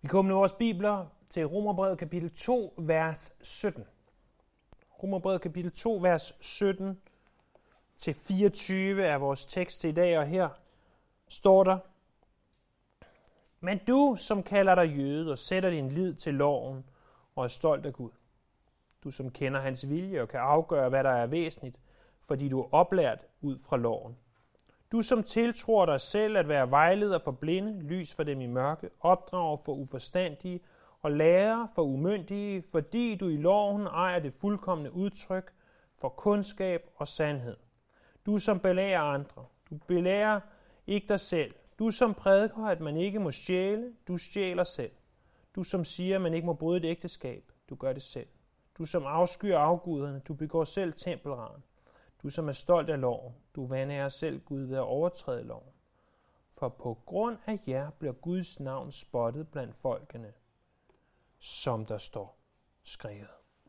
Vi kommer med vores bibler til Romerbrevet kapitel 2, vers 17. Romerbrevet kapitel 2, vers 17 til 24 er vores tekst til i dag, og her står der: Men du, som kalder dig jøde og sætter din lid til loven og er stolt af Gud, du som kender hans vilje og kan afgøre, hvad der er væsentligt, fordi du er oplært ud fra loven. Du som tiltror dig selv at være vejleder for blinde, lys for dem i mørke, opdrager for uforstandige og lærer for umyndige, fordi du i loven ejer det fuldkomne udtryk for kundskab og sandhed. Du som belærer andre, du belærer ikke dig selv. Du som prædiker, at man ikke må stjæle, du stjæler selv. Du som siger, at man ikke må bryde et ægteskab, du gør det selv. Du som afskyer afguderne, du begår selv tempelran. Du som er stolt af loven, du vanærer selv Gud ved at overtræde loven. For på grund af jer bliver Guds navn spottet blandt folkene, som der står skrevet.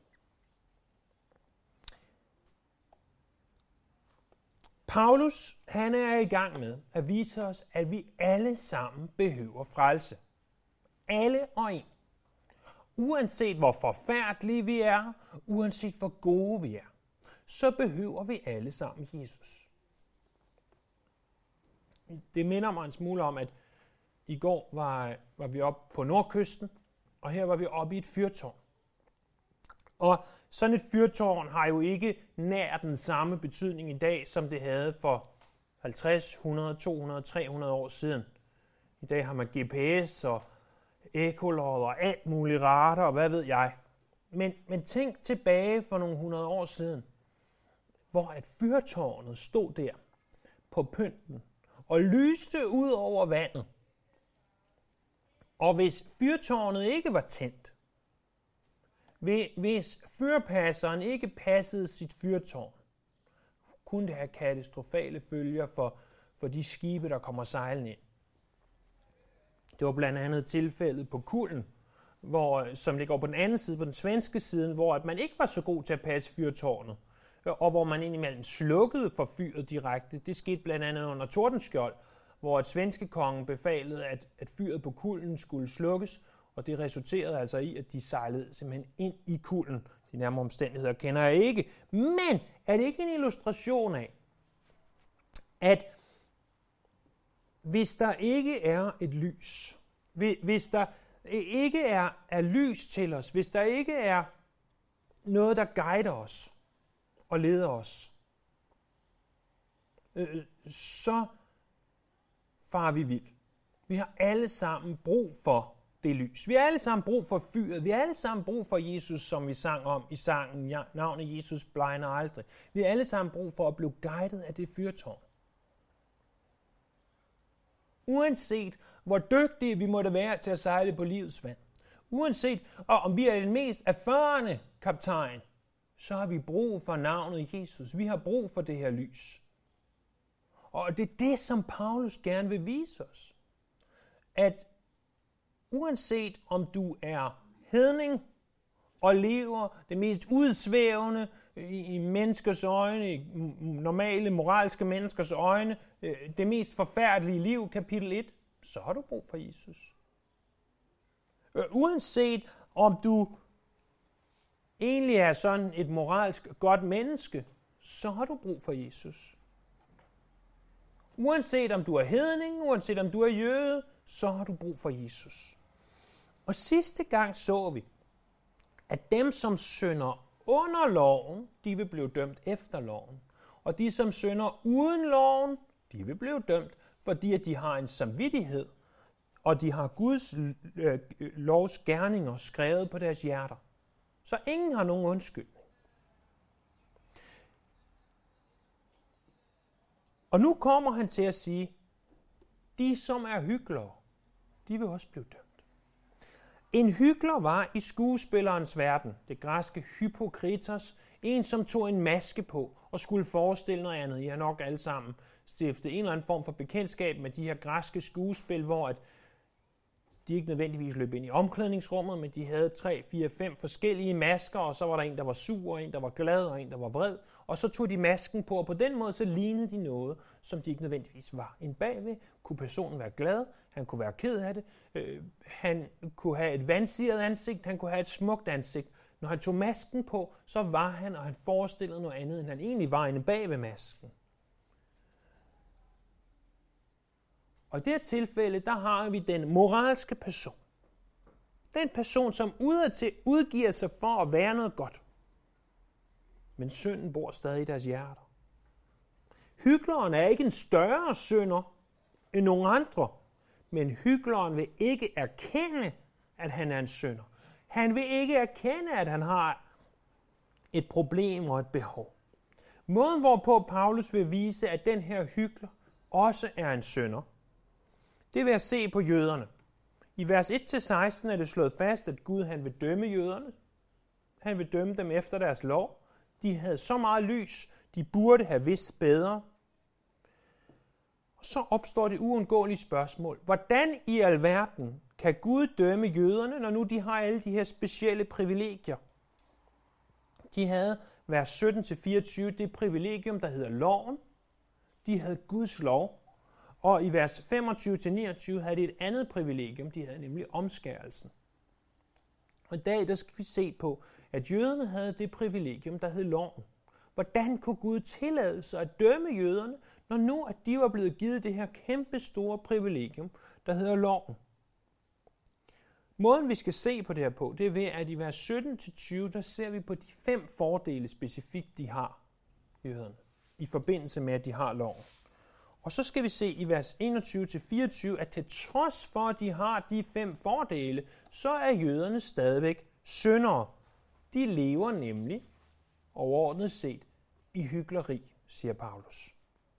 Paulus, han er i gang med at vise os, at vi alle sammen behøver frelse. Alle og en. Uanset hvor forfærdelige vi er, uanset hvor gode vi er, så behøver vi alle sammen Jesus. Det minder mig en smule om, at i går var vi oppe på nordkysten, og her var vi oppe i et fyrtårn. Og sådan et fyrtårn har jo ikke nær den samme betydning i dag, som det havde for 50, 100, 200, 300 år siden. I dag har man GPS og ekkolod og alt muligt radar og hvad ved jeg. Men tænk tilbage for nogle 100 år siden, hvor et fyrtårnet stod der på pynten og lyste ud over vandet. Og hvis fyrtårnet ikke var tændt, hvis fyrpasseren ikke passede sit fyrtårn, kunne det have katastrofale følger for de skibe, der kommer sejlende ind. Det var blandt andet tilfældet på Kullen, som ligger på den anden side, på den svenske side, hvor at man ikke var så god til at passe fyrtårnet, og hvor man indimellem slukkede for fyret direkte. Det skete blandt andet under Tordenskjold, hvor et svenske kongen befalede, at fyret på Kullen skulle slukkes, og det resulterede altså i, at de sejlede simpelthen ind i Kullen. De nærmere omstændigheder kender jeg ikke. Men er det ikke en illustration af, at hvis der ikke er et lys, hvis der ikke er lys til os, hvis der ikke er noget, der guider os og leder os, så farer vi vild. Vi har alle sammen brug for det lys. Vi har alle sammen brug for fyret. Vi har alle sammen brug for Jesus, som vi sang om i sangen Navnet Jesus blegner aldrig. Vi har alle sammen brug for at blive guidet af det fyrtårn. Uanset hvor dygtige vi måtte være til at sejle på livets vand, uanset om vi er den mest erfarne kaptajn, så har vi brug for navnet Jesus. Vi har brug for det her lys. Og det er det, som Paulus gerne vil vise os. At uanset om du er hedning og lever det mest udsvævende i menneskers øjne, i normale moralske menneskers øjne, det mest forfærdelige liv, kapitel 1, så har du brug for Jesus. Uanset om du egentlig er sådan et moralsk godt menneske, så har du brug for Jesus. Uanset om du er hedning, uanset om du er jøde, så har du brug for Jesus. Og sidste gang så vi, at dem, som synder under loven, de vil blive dømt efter loven. Og de, som synder uden loven, de vil blive dømt, fordi at de har en samvittighed, og de har Guds lovs gerninger skrevet på deres hjerter. Så ingen har nogen undskyldning. Og nu kommer han til at sige, de som er hyklere, de vil også blive dømt. En hykler var i skuespillerens verden, det græske hypokritos, en som tog en maske på og skulle forestille noget andet. I har nok alle sammen stiftet en eller anden form for bekendtskab med de her græske skuespil, hvor at de ikke nødvendigvis løb ind i omklædningsrummet, men de havde 3, 4, 5 forskellige masker, og så var der en, der var sur, en, der var glad, og en, der var vred. og så tog de masken på, og på den måde så lignede de noget, som de ikke nødvendigvis var. En bagved kunne personen være glad, han kunne være ked af det, han kunne have et vansiret ansigt, han kunne have et smukt ansigt. Når han tog masken på, så var han, og han forestillede noget andet, end han egentlig var inde bag ved masken. Og i det her tilfælde, der har vi den moralske person. Den person, som udadtil udgiver sig for at være noget godt. Men synden bor stadig i deres hjerter. Hykleren er ikke en større synder end nogen andre, men hykleren vil ikke erkende, at han er en synder. Han vil ikke erkende, at han har et problem og et behov. Måden, hvorpå Paulus vil vise, at den her hykler også er en synder, det vil jeg se på jøderne. I vers 1-16 er det slået fast, at Gud han vil dømme jøderne. Han vil dømme dem efter deres lov. De havde så meget lys, de burde have vidst bedre. Og så opstår det uundgåelige spørgsmål. Hvordan i alverden kan Gud dømme jøderne, når nu de har alle de her specielle privilegier? De havde, vers 17-24, det privilegium, der hedder loven. De havde Guds lov. Og i vers 25-29 havde de et andet privilegium, de havde nemlig omskærelsen. Og i dag der skal vi se på, at jøderne havde det privilegium, der hed loven. Hvordan kunne Gud tillade sig at dømme jøderne, når nu at de var blevet givet det her kæmpe store privilegium, der hedder loven? Måden vi skal se på det her på, det er ved, at i vers 17-20, der ser vi på de 5 fordele specifikt, de har, jøderne, i forbindelse med, at de har loven. Og så skal vi se i vers 21-24, at til trods for, at de har de 5 fordele, så er jøderne stadigvæk syndere. De lever nemlig overordnet set i hykleri, siger Paulus.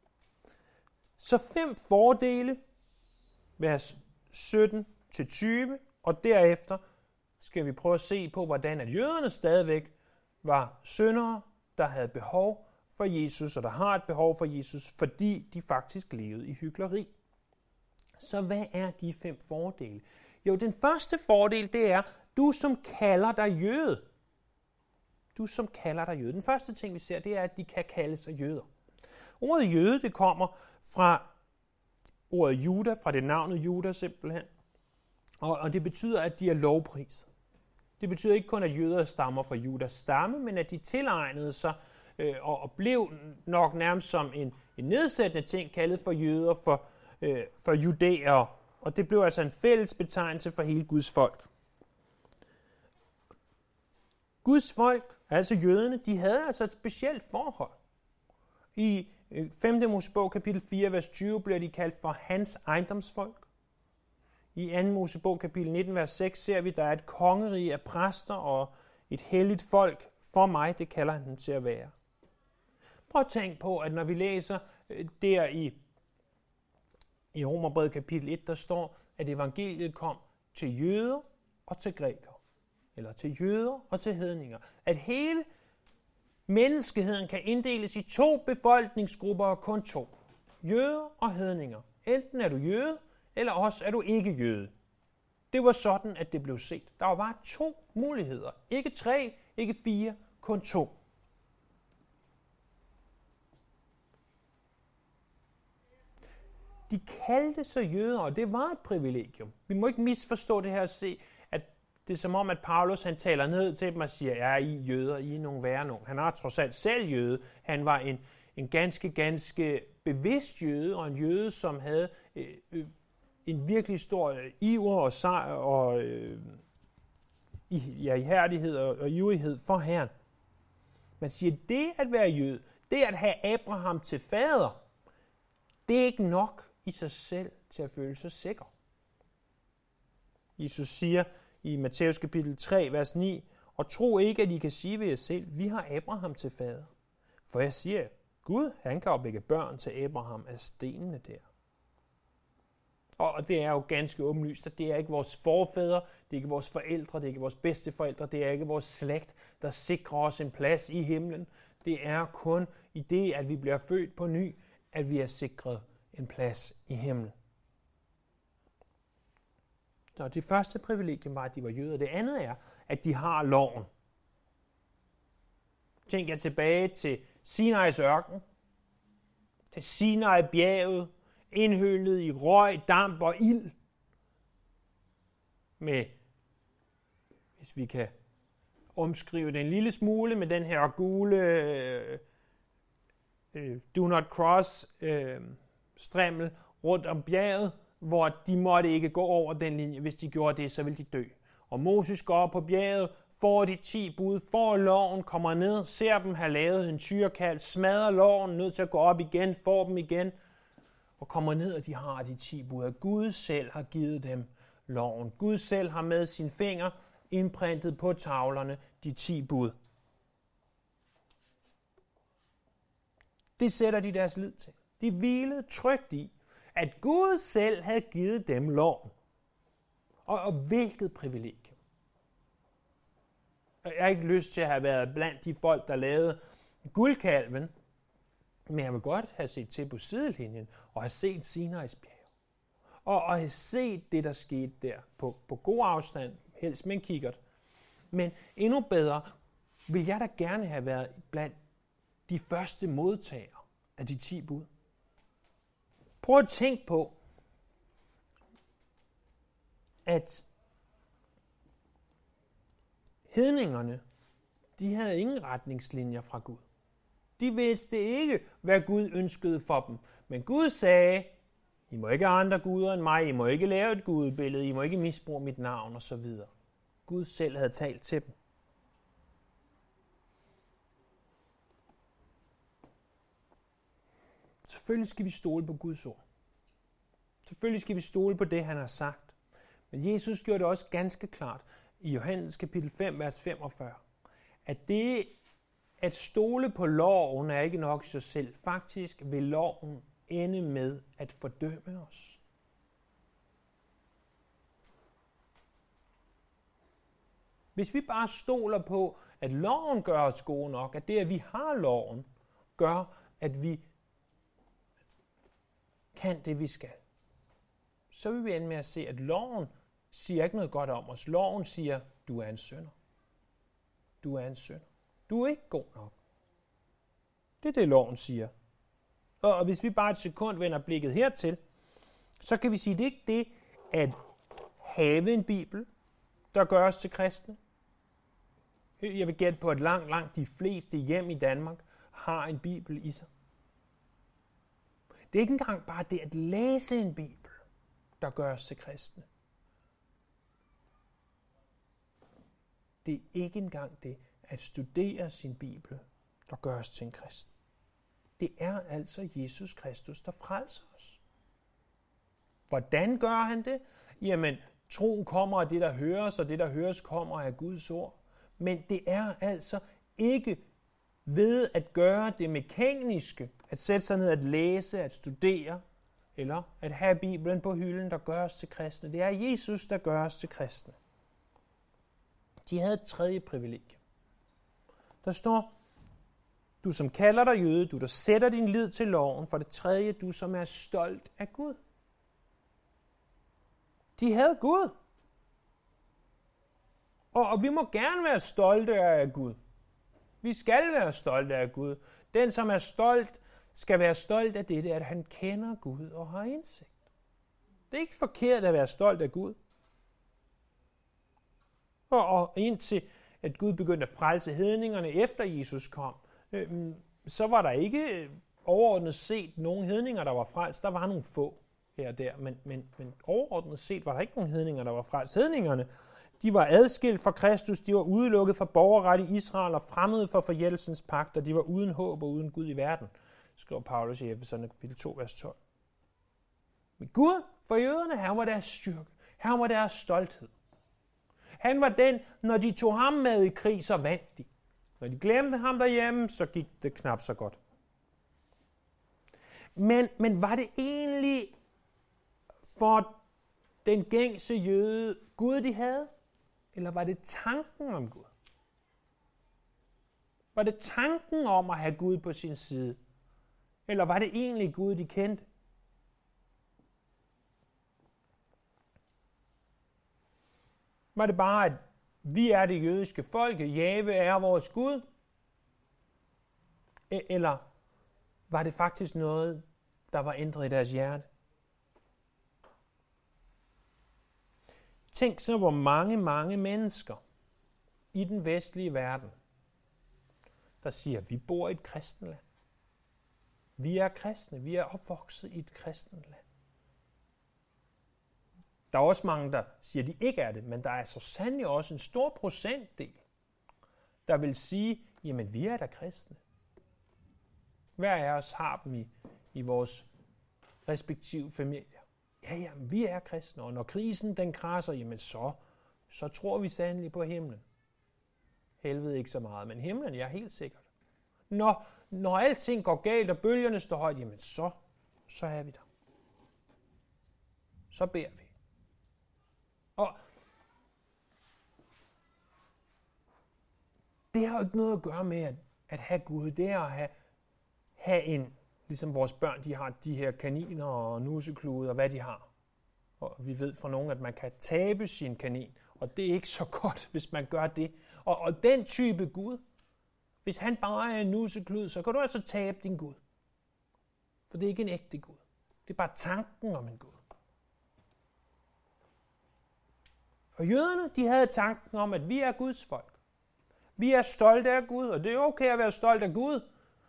Så 5 fordele, vers 17-20, og derefter skal vi prøve at se på, hvordan at jøderne stadigvæk var syndere, der havde behov for Jesus, og der har et behov for Jesus, fordi de faktisk levede i hykleri. Så hvad er de 5 fordele? Jo, den første fordel, det er, du som kalder dig jøde. Du som kalder dig jøde. Den første ting, vi ser, det er, at de kan kalde sig jøder. Ordet jøde, det kommer fra ordet Juda, fra det navnet Juda simpelthen. Og det betyder, at de er lovpriset. Det betyder ikke kun, at jøder stammer fra Judas stamme, men at de tilegnede sig og blev nok nærmest som en nedsættende ting kaldet for jøder, for judæere. Og det blev altså en fælles betegnelse for hele Guds folk. Guds folk, altså jøderne, de havde altså et specielt forhold. I 5. Mosebog kapitel 4, vers 20 bliver de kaldt for hans ejendomsfolk. I 2. Mosebog kapitel 19, vers 6 ser vi, at der er et kongerige af præster og et helligt folk. For mig, det kalder han dem til at være. Prøv at tænke på, at når vi læser der i Romerbrevet kapitel 1, der står, at evangeliet kom til jøder og til grækere. Eller til jøder og til hedninger. At hele menneskeheden kan inddeles i 2 befolkningsgrupper og kun 2. Jøder og hedninger. Enten er du jøde, eller også er du ikke jøde. Det var sådan, at det blev set. Der var bare 2 muligheder. Ikke 3, ikke 4, kun 2. De kaldte sig jøder, og det var et privilegium. Vi må ikke misforstå det her at se, at det er som om, at Paulus han taler ned til dem og siger, ja, I jøder, I er nogle værre nogen. Han er trods alt selv jøde. Han var en ganske bevidst jøde, og en jøde, som havde en virkelig stor iver og sejr og ihærdighed og ivrighed for Herren. Man siger, det at være jøde, det at have Abraham til fader, det er ikke nok i sig selv til at føle sig sikker. Jesus siger i Matthæus kapitel 3, vers 9, og tro ikke, at I kan sige ved jer selv, vi har Abraham til fader. For jeg siger, Gud, han kan opvække børn til Abraham af stenene der. Og det er jo ganske åbenlyst, at det er ikke vores forfædre, det er ikke vores forældre, det er ikke vores bedsteforældre, det er ikke vores slægt, der sikrer os en plads i himlen. Det er kun i det, at vi bliver født på ny, at vi er sikret en plads i himlen. Så det første privilegium var, at de var jøder. Det andet er, at de har loven. Tænk jer tilbage Sinais ørken, til Sinai-bjerget, indhyllet i røg, damp og ild. Med, hvis vi kan omskrive det en lille smule, med den her gule do not cross strimmel rundt om bjerget, hvor de måtte ikke gå over den linje. Hvis de gjorde det, så ville de dø. Og Moses går op på bjerget, får de 10 bud, får loven, kommer ned, ser dem have lavet en tyrekalv, smadrer loven, nødt til at gå op igen, får dem igen, og kommer ned, og de har de 10 bud. Og Gud selv har givet dem loven. Gud selv har med sin finger indprintet på tavlerne de 10 bud. Det sætter de deres lid til. De hvilede trygt i, at Gud selv havde givet dem loven. Og hvilket privilegium. Jeg har ikke lyst til at have været blandt de folk, der lavede guldkalven, men jeg vil godt have set til på sidelinjen og have set Sinais bjerg. Og have set det, der skete der på god afstand, helst med en kikkert. Men endnu bedre vil jeg da gerne have været blandt de første modtagere af de 10 bud. Prøv at tænke på, at hedningerne, de havde ingen retningslinjer fra Gud. De vidste ikke, hvad Gud ønskede for dem. Men Gud sagde, I må ikke have andre guder end mig, I må ikke lave et gudebillede, I må ikke misbruge mit navn osv. Gud selv havde talt til dem. Selvfølgelig skal vi stole på Guds ord. Selvfølgelig skal vi stole på det, han har sagt. Men Jesus gjorde det også ganske klart i Johannes kapitel 5, vers 45, at det at stole på loven er ikke nok i sig selv. Faktisk vil loven ende med at fordømme os. Hvis vi bare stoler på, at loven gør os gode nok, at det, at vi har loven, gør, at vi kan det, vi skal, så vil vi ende med at se, at loven siger ikke noget godt om os. Loven siger, du er en synder. Du er en synder. Du er ikke god nok. Det er det, loven siger. Og hvis vi bare et sekund vender blikket hertil, så kan vi sige, at det ikke er det at have en bibel, der gør os til kristne. Jeg vil gætte på, at langt de fleste hjem i Danmark har en bibel i sig. Det er ikke engang bare det at læse en bibel, der gør os til kristne. Det er ikke engang det at studere sin bibel, der gør os til en kristen. Det er altså Jesus Kristus, der frelser os. Hvordan gør han det? Jamen, troen kommer af det, der høres, og det, der høres, kommer af Guds ord. Men det er altså ikke ved at gøre det mekaniske, at sætte sig ned at læse, at studere, eller at have Bibelen på hylden, der gør os til kristne. Det er Jesus, der gør os til kristne. De havde et tredje privilegium. Der står, du som kalder dig jøde, du der sætter din lid til loven, for det tredje, du som er stolt af Gud. De havde Gud. Og vi må gerne være stolte af Gud. Vi skal være stolte af Gud. Den, som er stolt, skal være stolt af det, at han kender Gud og har indsigt. Det er ikke forkert at være stolt af Gud. Og indtil at Gud begyndte at frelse hedningerne efter Jesus kom, så var der ikke overordnet set nogen hedninger, der var frelst. Der var nogle få her og der, men overordnet set var der ikke nogen hedninger, der var frelst. Hedningerne, de var adskilt fra Kristus, de var udelukket fra borgerret i Israel og fremmede for forjættelsens pagt, og de var uden håb og uden Gud i verden, skriver Paulus i Efeserne kapitel 2, vers 12. Men Gud for jøderne, han var deres styrke. Han var deres stolthed. Han var den, når de tog ham med i krig, så vandt de. Når de glemte ham derhjemme, så gik det knap så godt. Men var det egentlig for den gængse jøde Gud, de havde? Eller var det tanken om Gud? Var det tanken om at have Gud på sin side? Eller var det egentlig Gud, de kendte? Var det bare, at vi er det jødiske folk, Jahve er vores Gud? Eller var det faktisk noget, der var ændret i deres hjerte? Tænk så, hvor mange mennesker i den vestlige verden, der siger, at vi bor i et kristent land. Vi er kristne. Vi er opvokset i et kristent land. Der er også mange, der siger, at de ikke er det, men der er så sandelig også en stor procentdel, der vil sige, jamen vi er da kristne. Hver af os har dem i vores respektive familier. Ja, vi er kristne, og når krisen den krasser, jamen så tror vi sandelig på himlen. Helvede ikke så meget, men himlen, ja, helt sikkert. Når alting går galt, og bølgerne står højt, jamen så er vi der. Så beder vi. Og det har jo ikke noget at gøre med at have Gud. Det er at have en, ligesom vores børn, de har de her kaniner og nuseklude og hvad de har. Og vi ved fra nogen, at man kan tabe sin kanin, og det er ikke så godt, hvis man gør det. Og den type Gud, hvis han bare er en nuseklud, så kan du altså tabe din Gud. For det er ikke en ægte Gud. Det er bare tanken om en Gud. Og jøderne, de havde tanken om, at vi er Guds folk. Vi er stolte af Gud, og det er okay at være stolt af Gud.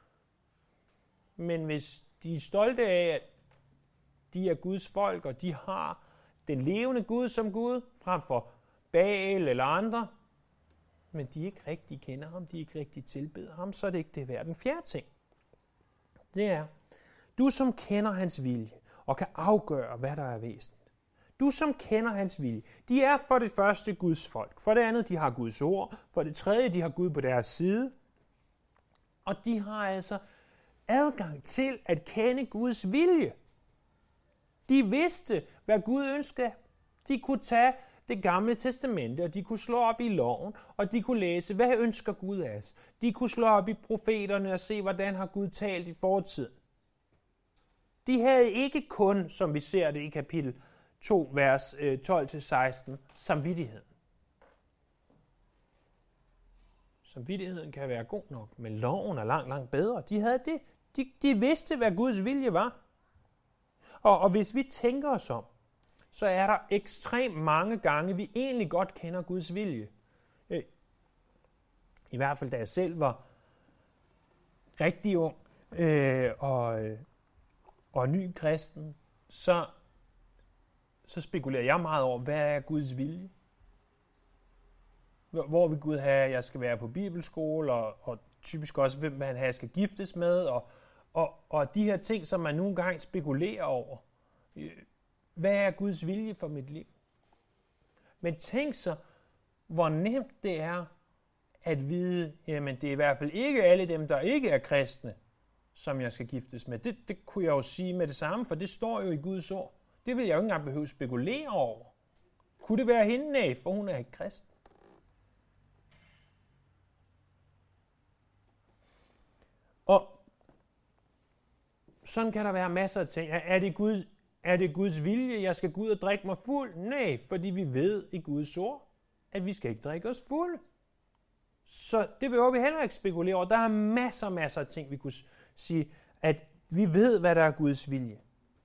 Men hvis de er stolte af, at de er Guds folk, og de har den levende Gud som Gud, frem for Baal eller andre, men de ikke rigtig kender ham, de ikke rigtig tilbeder ham, så er det ikke det værd. Den fjerde ting, det er, du som kender hans vilje, og kan afgøre, hvad der er væsentligt. Du som kender hans vilje, de er for det første Guds folk. For det andet, de har Guds ord. For det tredje, de har Gud på deres side. Og de har altså adgang til at kende Guds vilje. De vidste, hvad Gud ønskede. De kunne tage det gamle testamente, og de kunne slå op i loven, og de kunne læse, hvad ønsker Gud af os. De kunne slå op i profeterne og se, hvordan har Gud talt i fortiden. De havde ikke kun, som vi ser det i kapitel 2, vers 12-16, samvittighed. Samvittigheden kan være god nok, men loven er langt bedre. De havde det. De vidste, hvad Guds vilje var. Og hvis vi tænker os om, så er der ekstremt mange gange, vi egentlig godt kender Guds vilje. I hvert fald, da jeg selv var rigtig ung og ny kristen, så spekulerer jeg meget over, hvad er Guds vilje? Hvor vil Gud have, at jeg skal være på bibelskole, og typisk også, hvem han have, jeg skal giftes med, og de her ting, som man nogle gange spekulerer over. Hvad er Guds vilje for mit liv? Men tænk så, hvor nemt det er at vide, jamen det er i hvert fald ikke alle dem, der ikke er kristne, som jeg skal giftes med. Det kunne jeg jo sige med det samme, for det står jo i Guds ord. Det vil jeg jo ikke engang behøve at spekulere over. Kunne det være hende? Nej, for hun er ikke kristen. Og sådan kan der være masser af ting. Er det Guds vilje, jeg skal gå ud og drikke mig fuld? Nej, fordi vi ved i Guds ord, at vi skal ikke drikke os fuld. Så det behøver vi heller ikke spekulere over. Der er masser af ting, vi kunne sige, at vi ved, hvad der er Guds vilje.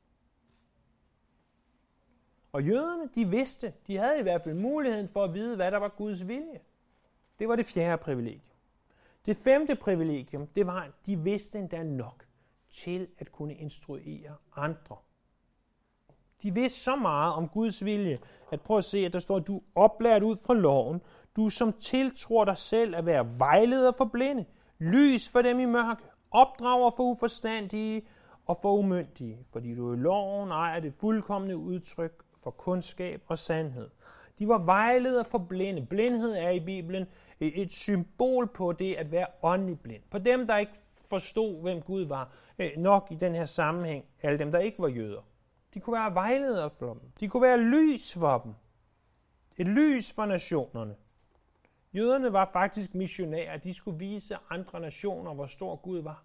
Og jøderne, de vidste, de havde i hvert fald muligheden for at vide, hvad der var Guds vilje. Det var det fjerde privilegium. Det femte privilegium, det var, at de vidste endda nok til at kunne instruere andre. De vidste så meget om Guds vilje, at prøv at se, at der står, at du er oplært ud fra loven, du som tiltror dig selv at være vejleder for blinde, lys for dem i mørke, opdrager for uforstandige og for umyndige, fordi du i loven ejer det fuldkomne udtryk for kundskab og sandhed. De var vejledere for blinde. Blindhed er i Bibelen et symbol på det at være åndelig blind. På dem, der ikke forstod, hvem Gud var, nok i den her sammenhæng, alle dem, der ikke var jøder. De kunne være vejledere for dem. De kunne være lys for dem. Et lys for nationerne. Jøderne var faktisk missionærer. De skulle vise andre nationer, hvor stor Gud var.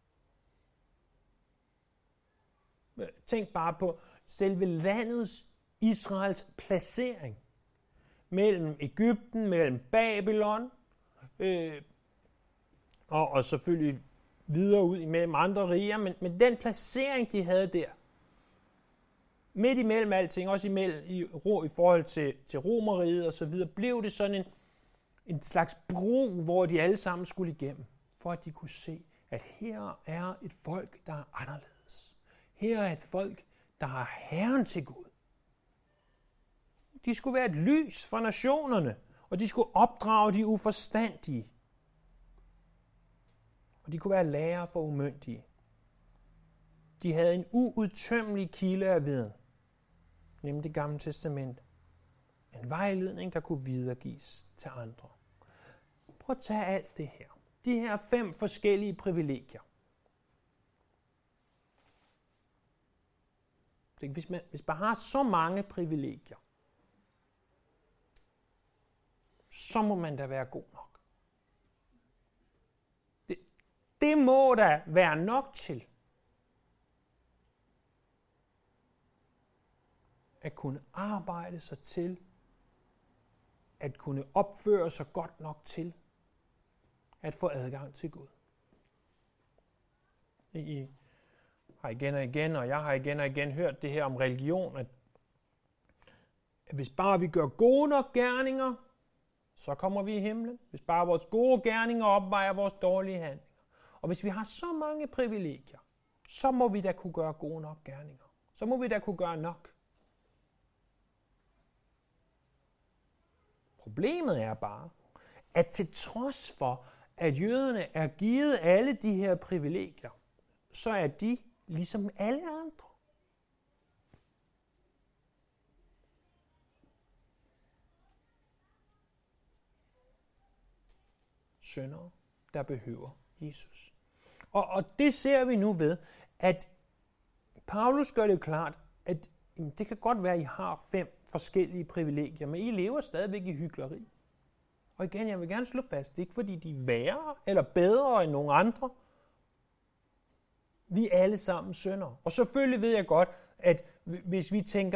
Tænk bare på selve landets Israels placering mellem Egypten, mellem Babylon og selvfølgelig videre ud imellem andre riger, men den placering, de havde der, midt imellem alting, også i forhold til Romerriget og så videre, blev det sådan en slags bro, hvor de alle sammen skulle igennem, for at de kunne se, at her er et folk, der er anderledes. Her er et folk, der har Herren til Gud. De skulle være et lys for nationerne, og de skulle opdrage de uforstandige. Og de kunne være lærere for umyndige. De havde en uudtømmelig kilde af viden, nemlig det gamle testament. En vejledning, der kunne videregives til andre. Prøv at tage alt det her. De her 5 forskellige privilegier. Hvis man har så mange privilegier, så må man da være god nok. Det må da være nok til at kunne arbejde sig til, at kunne opføre sig godt nok til, at få adgang til Gud. I har igen og igen, og jeg har igen og igen hørt det her om religion, at hvis bare vi gør gode nok gerninger, så kommer vi i himlen. Hvis bare vores gode gerninger opvejer vores dårlige handlinger. Og hvis vi har så mange privilegier, så må vi da kunne gøre gode nok gerninger. Så må vi da kunne gøre nok. Problemet er bare, at til trods for, at jøderne er givet alle de her privilegier, så er de ligesom alle andre. Syndere, der behøver Jesus. Og det ser vi nu ved, at Paulus gør det klart, at det kan godt være, at I har 5 forskellige privilegier, men I lever stadigvæk i hykleri. Og igen, jeg vil gerne slå fast, det er ikke fordi, de er værre eller bedre end nogle andre. Vi er alle sammen syndere. Og selvfølgelig ved jeg godt, at hvis vi tænker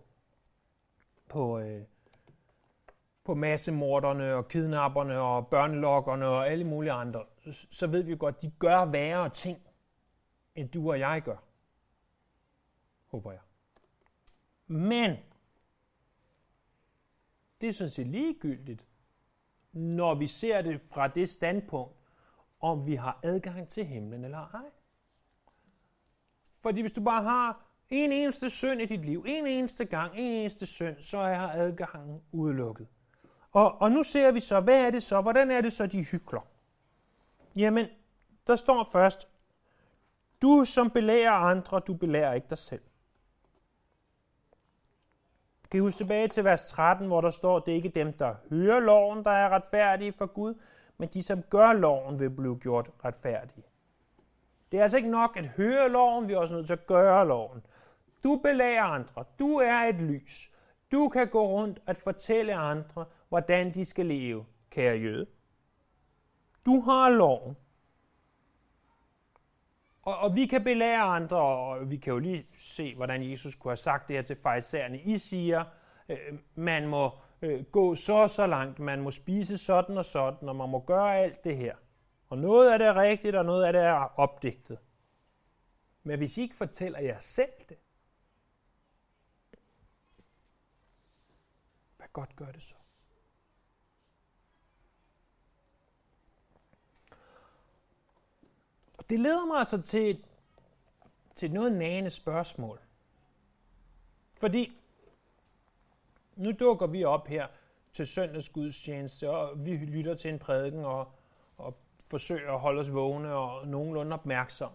på massemorderne og kidnapperne og børnelokkerne og alle mulige andre, så ved vi godt, at de gør værre ting, end du og jeg gør. Håber jeg. Men det er sådan set ligegyldigt, når vi ser det fra det standpunkt, om vi har adgang til himlen eller ej. Fordi hvis du bare har en eneste synd i dit liv, en eneste gang, en eneste synd, så er adgangen udelukket. Og nu ser vi så, hvad er det så? Hvordan er det så, de hykler? Jamen, der står først, du som belærer andre, du belærer ikke dig selv. Kan I huske tilbage til vers 13, hvor der står, det er ikke dem, der hører loven, der er retfærdige for Gud, men de, som gør loven, vil blive gjort retfærdige. Det er altså ikke nok at høre loven, vi er også nødt til at gøre loven. Du belærer andre. Du er et lys. Du kan gå rundt og fortælle andre, hvordan de skal leve, kære jøde. Du har loven. Og vi kan belære andre, og vi kan jo lige se, hvordan Jesus kunne have sagt det her til farisæerne. I siger, man må gå så langt, man må spise sådan og sådan, og man må gøre alt det her. Og noget af det er rigtigt, og noget af det er opdigtet. Men hvis I ikke fortæller jer selv det, hvad godt gør det så? Og det leder mig altså til noget nagende spørgsmål. Fordi nu dukker vi op her til søndagsgudstjeneste, og vi lytter til en prædiken og forsøger at holde os vågne og nogenlunde opmærksom.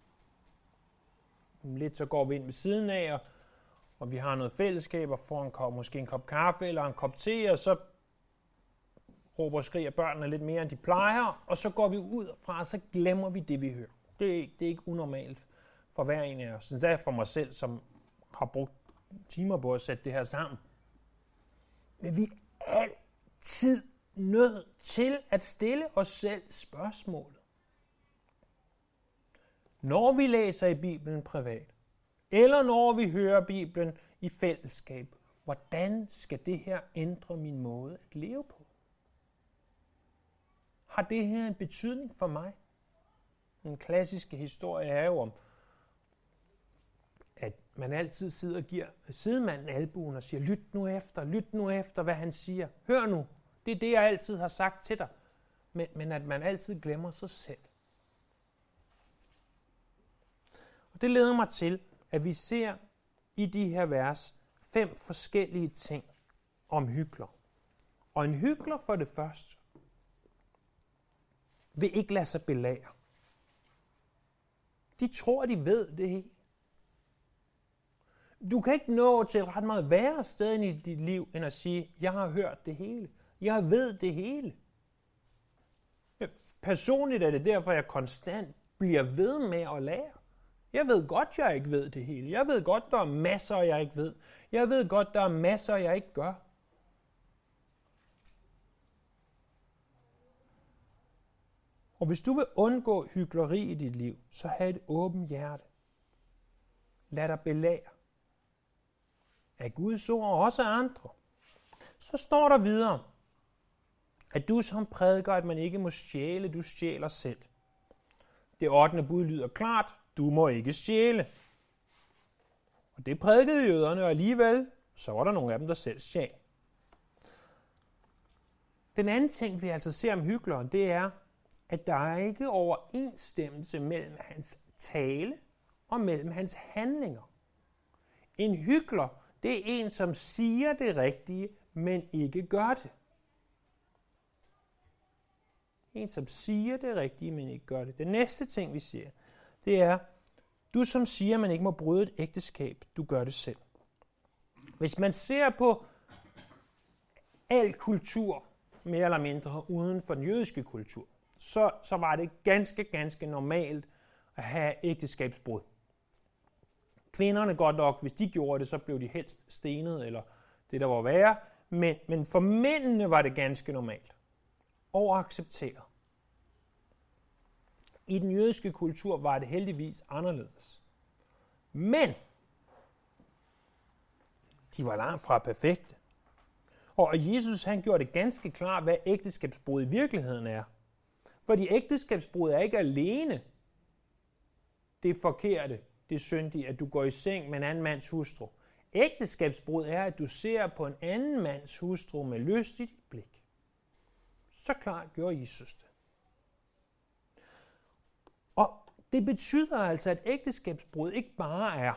Lidt så går vi ind ved siden af, og vi har noget fællesskab og får måske en kop kaffe eller en kop te, og så råber og skriger børnene lidt mere, end de plejer, og så går vi ud fra, og så glemmer vi det, vi hører. Det er ikke unormalt for hver en af os. Det er for mig selv, som har brugt timer på at sætte det her sammen. Men vi er altid nødt til at stille os selv spørgsmålet. Når vi læser i Bibelen privat, eller når vi hører Bibelen i fællesskab, hvordan skal det her ændre min måde at leve på? Har det her en betydning for mig? Den klassiske historie er jo om, at man altid sidder og giver sidemanden albuen og siger, lyt nu efter, hvad han siger. Hør nu, det er det, jeg altid har sagt til dig. Men at man altid glemmer sig selv. Og det leder mig til, at vi ser i de her vers 5 forskellige ting om hykler. Og en hykler for det første vil ikke lade sig belære. De tror, de ved det hele. Du kan ikke nå til et ret meget værre sted i dit liv, end at sige, jeg har hørt det hele. Jeg ved det hele. Personligt er det derfor, jeg konstant bliver ved med at lære. Jeg ved godt, jeg ikke ved det hele. Jeg ved godt, der er masser, jeg ikke ved. Jeg ved godt, der er masser, jeg ikke gør. Og hvis du vil undgå hykleri i dit liv, så have et åbent hjerte. Lad dig belære af Guds ord og også af andre. Så står der videre, at du som prædiker, at man ikke må stjæle, du stjæler selv. Det 8. bud lyder klart, du må ikke stjæle. Og det prædikede jøderne, og alligevel, så var der nogle af dem, der selv stjal. Den anden ting, vi altså ser om hykleren, det er, at der er ikke overensstemmelse mellem hans tale og mellem hans handlinger. En hykler, det er en, som siger det rigtige, men ikke gør det. En, som siger det rigtige, men ikke gør det. Den næste ting, vi ser, det er, du som siger, at man ikke må bryde et ægteskab, du gør det selv. Hvis man ser på al kultur, mere eller mindre uden for den jødiske kultur, så var det ganske normalt at have ægteskabsbrud. Kvinderne godt nok, hvis de gjorde det, så blev de helst stenet, eller det der var værre, men for mændene var det ganske normalt og accepteret. I den jødiske kultur var det heldigvis anderledes. Men de var langt fra perfekte. Og Jesus han gjorde det ganske klart, hvad ægteskabsbrud i virkeligheden er. Fordi ægteskabsbrud er ikke alene det forkerte, det syndige, at du går i seng med en anden mands hustru. Ægteskabsbrud er, at du ser på en anden mands hustru med lyst i dit blik. Så klart gjorde Jesus det. Og det betyder altså, at ægteskabsbrud ikke bare er,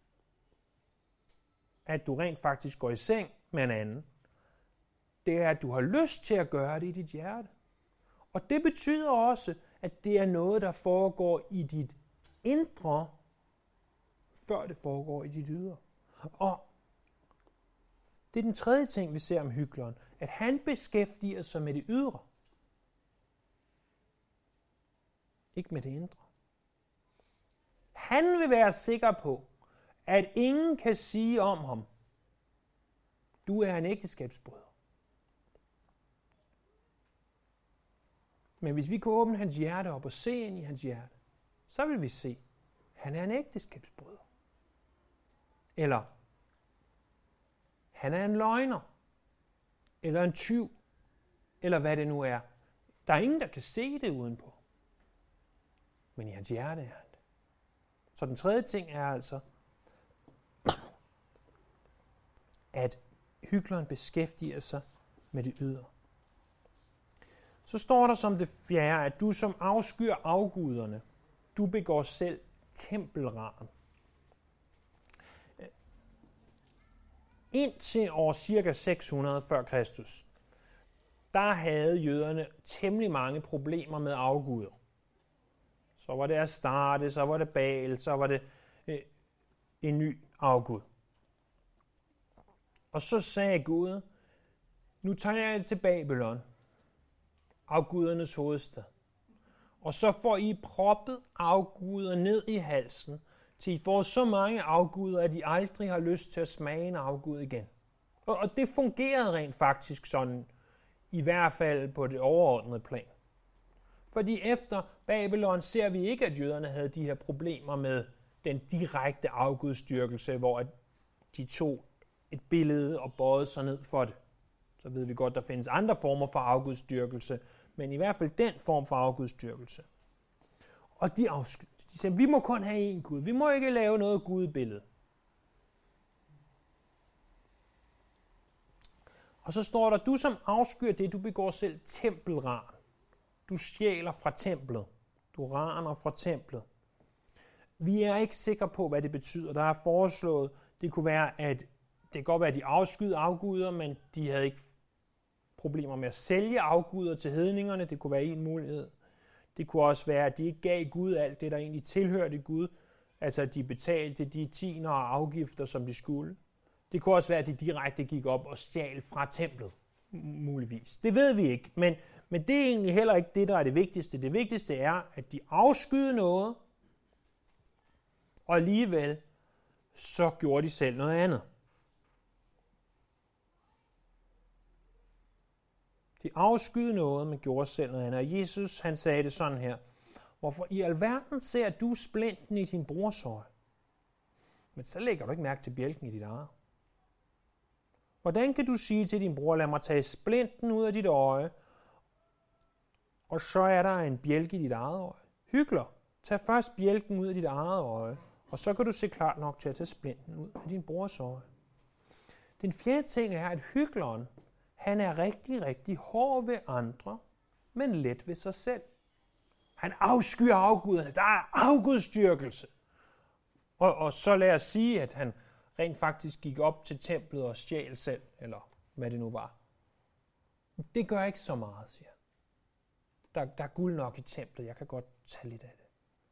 at du rent faktisk går i seng med en anden. Det er, at du har lyst til at gøre det i dit hjerte. Og det betyder også, at det er noget, der foregår i dit indre, før det foregår i dit ydre. Og det er den tredje ting, vi ser om hykleren, at han beskæftiger sig med det ydre. Ikke med det indre. Han vil være sikker på, at ingen kan sige om ham, du er en ægteskabsbryder. Men hvis vi kan åbne hans hjerte op og se ind i hans hjerte, så vil vi se, at han er en ægteskabsbryder. Eller han er en løgner. Eller en tyv. Eller hvad det nu er. Der er ingen, der kan se det udenpå. Men i hans hjerte er han det. Så den tredje ting er altså, at hykleren beskæftiger sig med det ydre. Så står der som det fjerde, at du som afskyr afguderne, du begår selv tempelran. Indtil år cirka 600 før Kristus, der havde jøderne temmelig mange problemer med afguder. Så var det Astarte, så var det Baal, så var det en ny afgud. Og så sagde Gud, nu tager jeg til Babylon, afgudernes hovedstad. Og så får I proppet afguder ned i halsen, til I får så mange afguder, at I aldrig har lyst til at smage en afgud igen. Og det fungerede rent faktisk sådan, i hvert fald på det overordnede plan. Fordi efter Babylon ser vi ikke, at jøderne havde de her problemer med den direkte afgudstyrkelse, hvor de tog et billede og bøjede sig ned for det. Så ved vi godt, der findes andre former for afgudstyrkelse, men i hvert fald den form for afgudstyrkelse. Og de afskyede. De sagde, vi må kun have én Gud. Vi må ikke lave noget gudbillede. Og så står der, du som afskyer det, du begår selv tempelran. Du stjæler fra templet. Du raner fra templet. Vi er ikke sikre på, hvad det betyder. Der er foreslået, det kunne være, at det kan godt være, at de afskyede afguder, men de havde ikke problemer med at sælge afguder til hedningerne. Det kunne være en mulighed. Det kunne også være, at de ikke gav Gud alt det, der egentlig tilhørte Gud. Altså, at de betalte de tiender og afgifter, som de skulle. Det kunne også være, at de direkte gik op og stjal fra templet, muligvis. Det ved vi ikke, men det er egentlig heller ikke det, der er det vigtigste. Det vigtigste er, at de afskyede noget, og alligevel så gjorde de selv noget andet. De afskyede noget, men gjorde selv noget andet. Og Jesus, han sagde det sådan her. Hvorfor i alverden ser du splinten i din brors øje? Men så lægger du ikke mærke til bjælken i dit eget. Hvordan kan du sige til din bror, lad mig tage splinten ud af dit øje, og så er der en bjælke i dit eget øje? Hykler, tag først bjælken ud af dit eget øje, og så kan du se klart nok til at tage splinten ud af din brors øje. Den fjerde ting er, at hykleren, han er rigtig, rigtig hård ved andre, men let ved sig selv. Han afskyer afguderne. Der er afgudstyrkelse. Og så lad os sige, at han rent faktisk gik op til templet og stjal selv, eller hvad det nu var. Det gør ikke så meget, siger han. Der er guld nok i templet. Jeg kan godt tage lidt af det.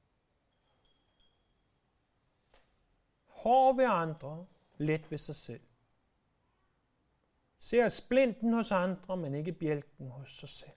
Hård ved andre, let ved sig selv. Ser splinten hos andre, men ikke bjælken hos sig selv.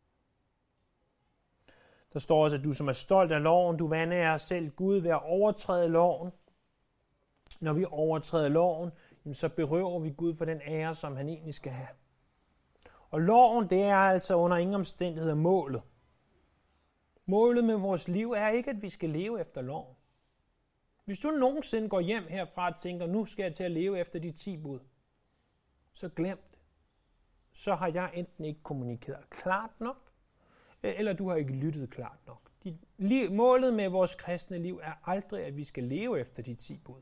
Der står også, at du som er stolt af loven, du vandærer selv Gud ved at overtræde loven. Når vi overtræder loven, så berøver vi Gud for den ære, som han egentlig skal have. Og loven, det er altså under ingen omstændigheder målet. Målet med vores liv er ikke, at vi skal leve efter loven. Hvis du nogensinde går hjem herfra og tænker, nu skal jeg til at leve efter de 10 bud, så glem det. Så har jeg enten ikke kommunikeret klart nok, eller du har ikke lyttet klart nok. Målet med vores kristne liv er aldrig, at vi skal leve efter de 10 bud.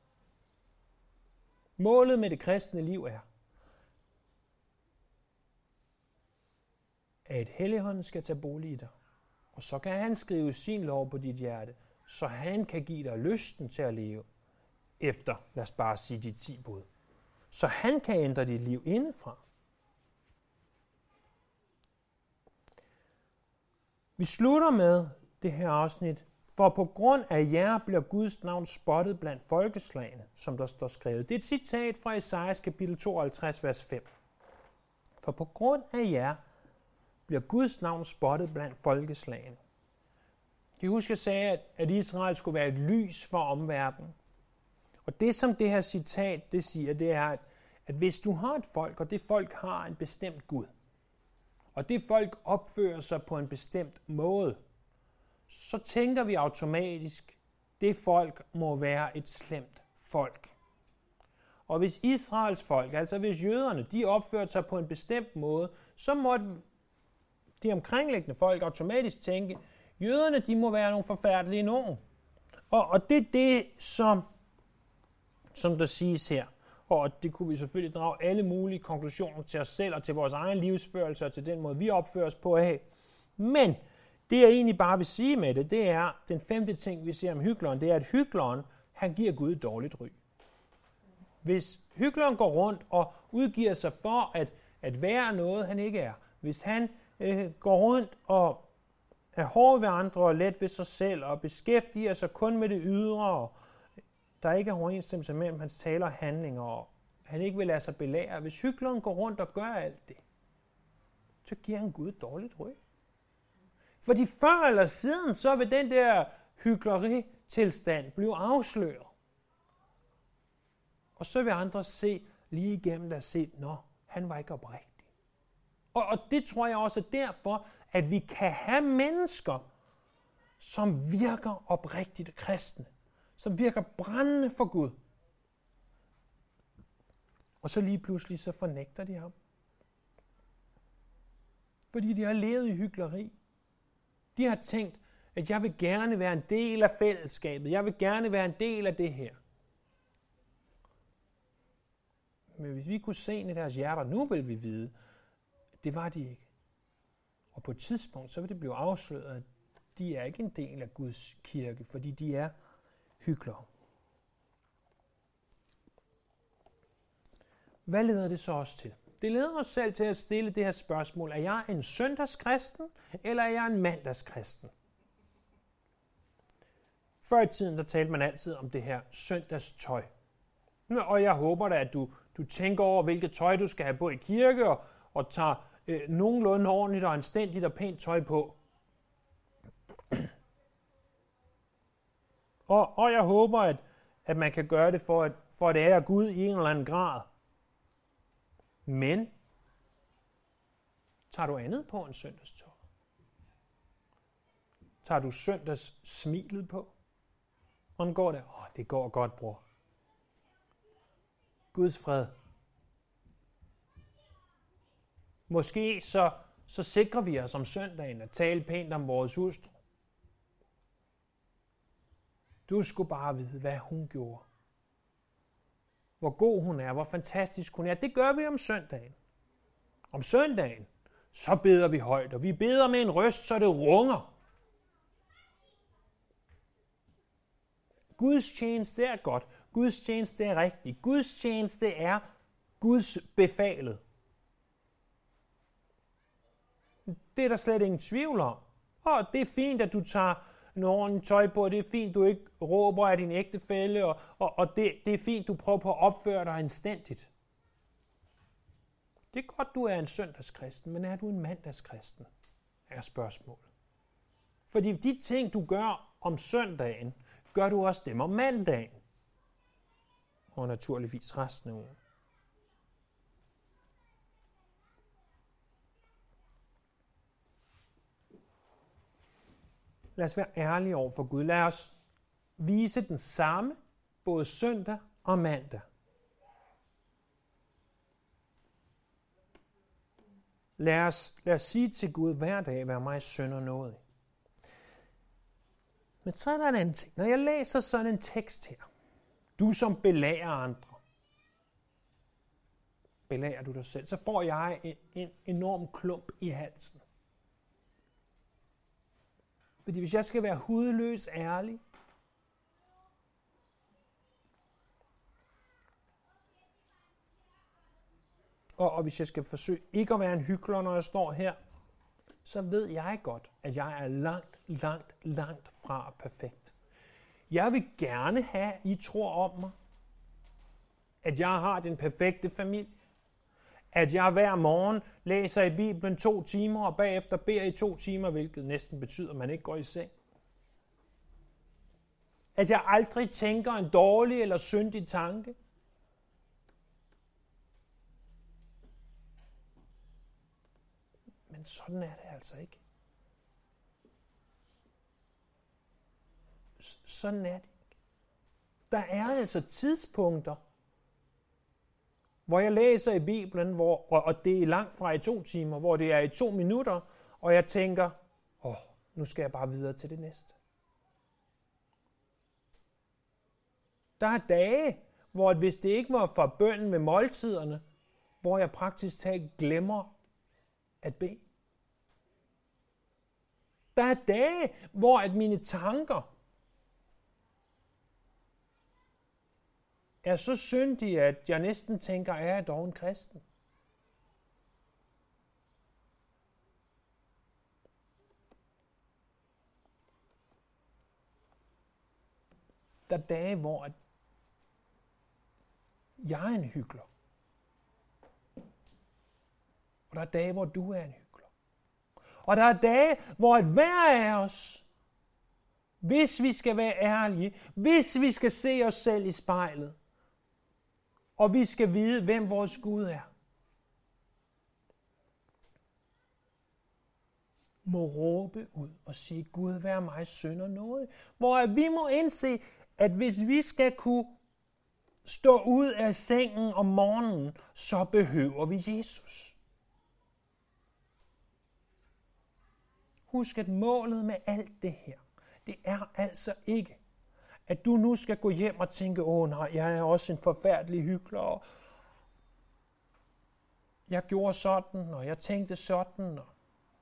Målet med det kristne liv er, at Helligånden skal tage bolig i dig, og så kan han skrive sin lov på dit hjerte, så han kan give dig lysten til at leve efter, lad os bare sige, de 10 bud. Så han kan ændre dit liv indefra. Vi slutter med det her afsnit. For på grund af jer bliver Guds navn spottet blandt folkeslagene, som der står skrevet. Det er et citat fra Esajas kapitel 52, vers 5. For på grund af jer bliver Guds navn spottet blandt folkeslagene. Kan I huske, jeg sagde, at Israel skulle være et lys for omverdenen? Og det, som det her citat det siger, det er, at hvis du har et folk, og det folk har en bestemt Gud, og det folk opfører sig på en bestemt måde, så tænker vi automatisk, det folk må være et slemt folk. Og hvis Israels folk, altså hvis jøderne, de opførte sig på en bestemt måde, så måtte de omkringliggende folk automatisk tænke, jøderne, de må være nogle forfærdelige nogen. Og det er det, som der siges her. Og det kunne vi selvfølgelig drage alle mulige konklusioner til os selv og til vores egen livsførelse og til den måde, vi opfører os på af. Men det, jeg egentlig bare vil sige med det, det er den 5. ting, vi ser om hykleren, det er, at hykleren, han giver Gud et dårligt ry. Hvis hykleren går rundt og udgiver sig for at være noget, han ikke er, hvis han går rundt og er hård ved andre og let ved sig selv og beskæftiger sig kun med det ydre, og der ikke er overensstemmelse mellem hans taler og handlinger, og han ikke vil lade sig belære. Hvis hykleren går rundt og gør alt det, så giver han Gud et dårligt ry. Fordi før eller siden, så vil den der hykleritilstand blive afsløret. Og så vil andre se lige igennem der se, nå, han var ikke oprigtig. Og det tror jeg også er derfor, at vi kan have mennesker, som virker oprigtigt kristne, som virker brændende for Gud. Og så lige pludselig så fornægter de ham. Fordi de har levet i hykleri. De har tænkt, At jeg vil gerne være en del af fællesskabet. Jeg vil gerne være en del af det her. Men hvis vi kunne se ind i deres hjerter, nu vil vi vide, at det var de ikke. Og på et tidspunkt, så vil det blive afsløret, at de er ikke en del af Guds kirke, fordi de er hyklere. Hvad leder det så os til? Det leder os selv til at stille det her spørgsmål. Er jeg en søndagskristen, eller er jeg en mandagskristen? Før i tiden, der talte man altid om det her søndagstøj. Og jeg håber da, at du tænker over, hvilket tøj du skal have på i kirke, og tager nogenlunde ordentligt og anstændigt og pænt tøj på. Og jeg håber, at man kan gøre det for at ære Gud i en eller anden grad. Men tager du andet på en søndagstøj? Tager du søndagssmilet på? Hvordan går det? Det går godt, bror. Guds fred. Måske så sikrer vi os om søndagen at tale pænt om vores hustru. Du skulle bare vide, hvad hun gjorde. Hvor god hun er, hvor fantastisk hun er. Det gør vi om søndagen. Om søndagen, så beder vi højt, og vi beder med en røst, så det runger. Guds tjeneste er godt. Guds tjeneste er rigtigt. Guds tjeneste er Guds befalet. Det er der slet ingen tvivl om. Og det er fint, at du tager en ordentlig tøj på. Det er fint, du ikke råber af din ægtefælle. Og det er fint, du prøver på at opføre dig anstændigt. Det er godt, du er en søndagskristen, men er du en mandagskristen? Er spørgsmålet. Fordi de ting, du gør om søndagen, gør du også dem om mandagen. Og naturligvis resten af ugen. Lad os være ærlige over for Gud. Lad os vise den samme, både søndag og mandag. Lad os sige til Gud hver dag, vær mig synder nådig. Men så er der en anden ting. Når jeg læser sådan en tekst her, du som belærer andre, belærer du dig selv, så får jeg en enorm klump i halsen. Fordi hvis jeg skal være hudløs ærlig, og hvis jeg skal forsøge ikke at være en hykler, når jeg står her, så ved jeg godt, at jeg er langt fra perfekt. Jeg vil gerne have, at I tror om mig, at jeg har den perfekte familie, at jeg hver morgen læser i Bibelen 2 timer, og bagefter beder i 2 timer, hvilket næsten betyder, at man ikke går i seng. At jeg aldrig tænker en dårlig eller syndig tanke. Men sådan er det altså ikke. Sådan er det ikke. Der er altså tidspunkter, hvor jeg læser i Bibelen, og det er langt fra i 2 timer, hvor det er i 2 minutter, og jeg tænker, nu skal jeg bare videre til det næste. Der er dage, hvor hvis det ikke var for bønnen ved måltiderne, hvor jeg praktisk talt glemmer at bede. Der er dage, hvor at mine tanker er så syndige, at jeg næsten tænker, er jeg dog en kristen? Der er dage, hvor jeg er en hykler. Og der er dage, hvor du er en hykler. Og der er dage, hvor hver af os, hvis vi skal være ærlige, hvis vi skal se os selv i spejlet, og vi skal vide, hvem vores Gud er, må råbe ud og sige, Gud vær mig synder nådig. Hvor vi må indse, at hvis vi skal kunne stå ud af sengen om morgenen, så behøver vi Jesus. Husk, at målet med alt det her, Det er altså ikke, at du nu skal gå hjem og tænke, nej, jeg er også en forfærdelig hykler, og jeg gjorde sådan, og jeg tænkte sådan, og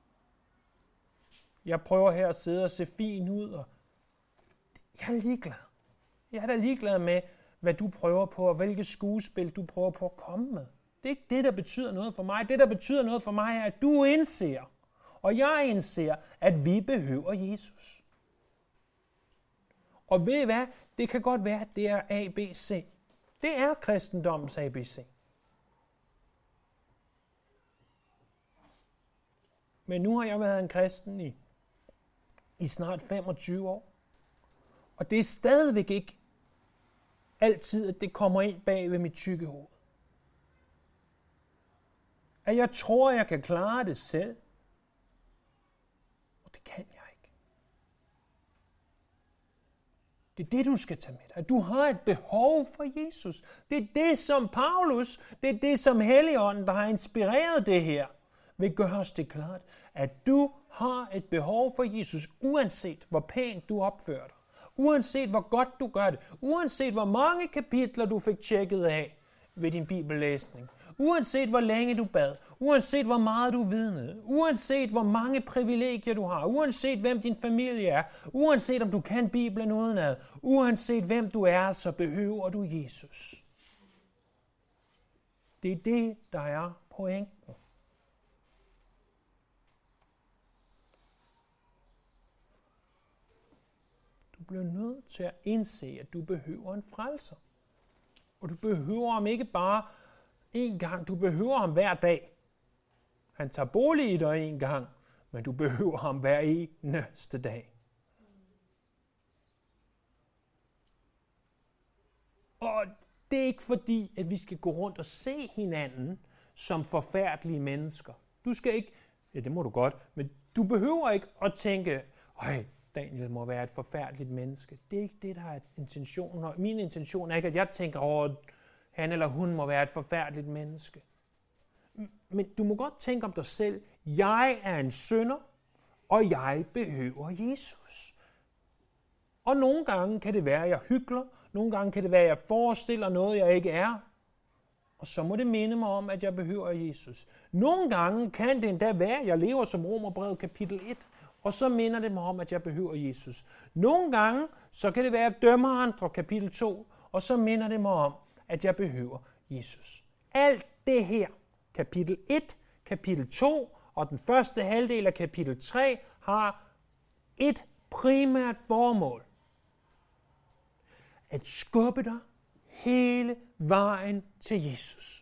jeg prøver her at sidde og se fin ud, og jeg er ligeglad. Jeg er da ligeglad med, hvad du prøver på, og hvilke skuespil du prøver på at komme med. Det er ikke det, der betyder noget for mig. Det, der betyder noget for mig, er, at du indser, og jeg indser, at vi behøver Jesus. Og ved I hvad? Det kan godt være, at det er ABC. Det er kristendommens ABC. Men nu har jeg været en kristen i snart 25 år. Og det er stadigvæk ikke altid, at det kommer ind bag ved mit tykke hoved. At jeg tror, jeg kan klare det selv. Og det kan jeg ikke. Det er det, du skal tage med dig. At du har et behov for Jesus. Det er det, som Paulus, det er det, som Helligånden, der har inspireret det her, vil gøre os det klart. At du har et behov for Jesus, uanset hvor pænt du opfører dig. Uanset hvor godt du gør det. Uanset hvor mange kapitler du fik tjekket af ved din bibellæsning. Uanset hvor længe du bad. Uanset hvor meget du vidnede. Uanset hvor mange privilegier du har. Uanset hvem din familie er. Uanset om du kan Bibelen udenad. Uanset hvem du er, så behøver du Jesus. Det er det, der er pointen. Du bliver nødt til at indse, at du behøver en frelser. Og du behøver ham ikke bare en gang, du behøver ham hver dag. Han tager bolig i dig en gang, men du behøver ham hver eneste dag. Og det er ikke fordi, at vi skal gå rundt og se hinanden som forfærdelige mennesker. Du skal ikke, ja det må du godt, men du behøver ikke at tænke, Daniel må være et forfærdeligt menneske. Det er ikke det, der er intentionen. Og min intention er ikke, at jeg tænker, han eller hun må være et forfærdeligt menneske. Men du må godt tænke om dig selv. Jeg er en synder, og jeg behøver Jesus. Og nogle gange kan det være, at jeg hykler. Nogle gange kan det være, at jeg forestiller noget, jeg ikke er. Og så må det minde mig om, at jeg behøver Jesus. Nogle gange kan det endda være, at jeg lever som Romerbrevet kapitel 1. Og så minder det mig om, at jeg behøver Jesus. Nogle gange, så kan det være, at jeg dømmer andre, kapitel 2, og så minder det mig om, at jeg behøver Jesus. Alt det her, kapitel 1, kapitel 2 og den første halvdel af kapitel 3, har et primært formål. At skubbe dig hele vejen til Jesus.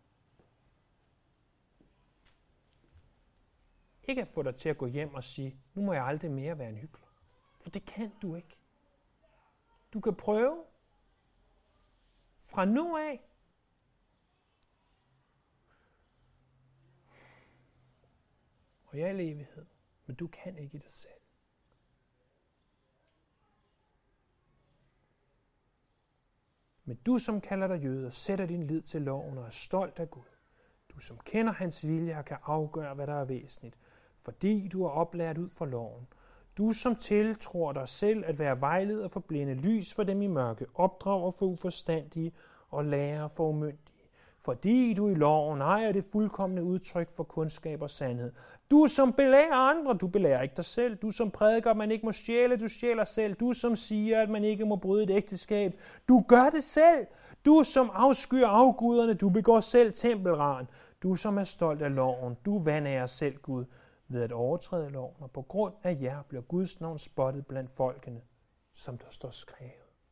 Ikke at få dig til at gå hjem og sige, nu må jeg aldrig mere være en hykler. For det kan du ikke. Du kan prøve fra nu af. Og jeg er i evighed, men du kan ikke i dig selv. Men du, som kalder dig jøde og sætter din lid til loven og er stolt af Gud. Du, som kender hans vilje og kan afgøre, hvad der er væsentligt. Fordi du er oplært ud fra loven. Du, som tiltror dig selv at være vejleder for blinde, lys for dem i mørke, opdrager for uforstandige og lærer for umyndige. Fordi du i loven ejer det fuldkomne udtryk for kundskab og sandhed. Du, som belærer andre, du belærer ikke dig selv. Du, som prædiker, at man ikke må stjæle, du stjæler selv. Du, som siger, at man ikke må bryde et ægteskab, du gør det selv. Du, som afskyer afguderne, du begår selv tempelran. Du, som er stolt af loven, du vanærer selv Gud ved at overtræde loven, og på grund af jer bliver Guds navn spottet blandt folkene, som der står skrevet.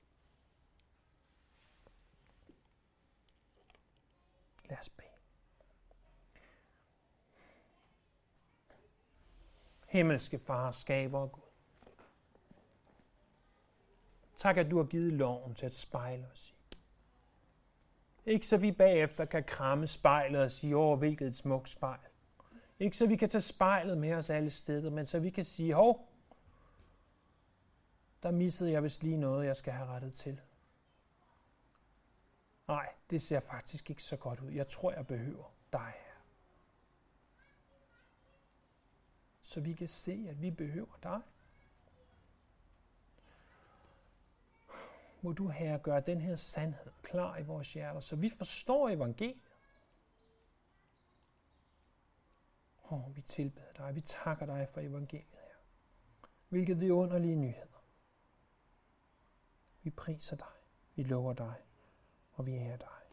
Lad os bede. Himmelske Far, skaber og Gud. Tak, at du har givet loven til at spejle os i. Ikke så vi bagefter kan kramme spejlet og sige, hvilket et smukt spejl. Ikke så vi kan tage spejlet med os alle steder, men så vi kan sige, der missede jeg vist lige noget, jeg skal have rettet til. Nej, det ser faktisk ikke så godt ud. Jeg tror, jeg behøver dig her. Så vi kan se, at vi behøver dig. må du, Herre, gøre den her sandhed klar i vores hjerter, så vi forstår evangeliet. Vi tilbeder dig, vi takker dig for evangeliet her. Hvilket vidunderlige nyheder. Vi priser dig, vi lover dig, og vi ærer dig.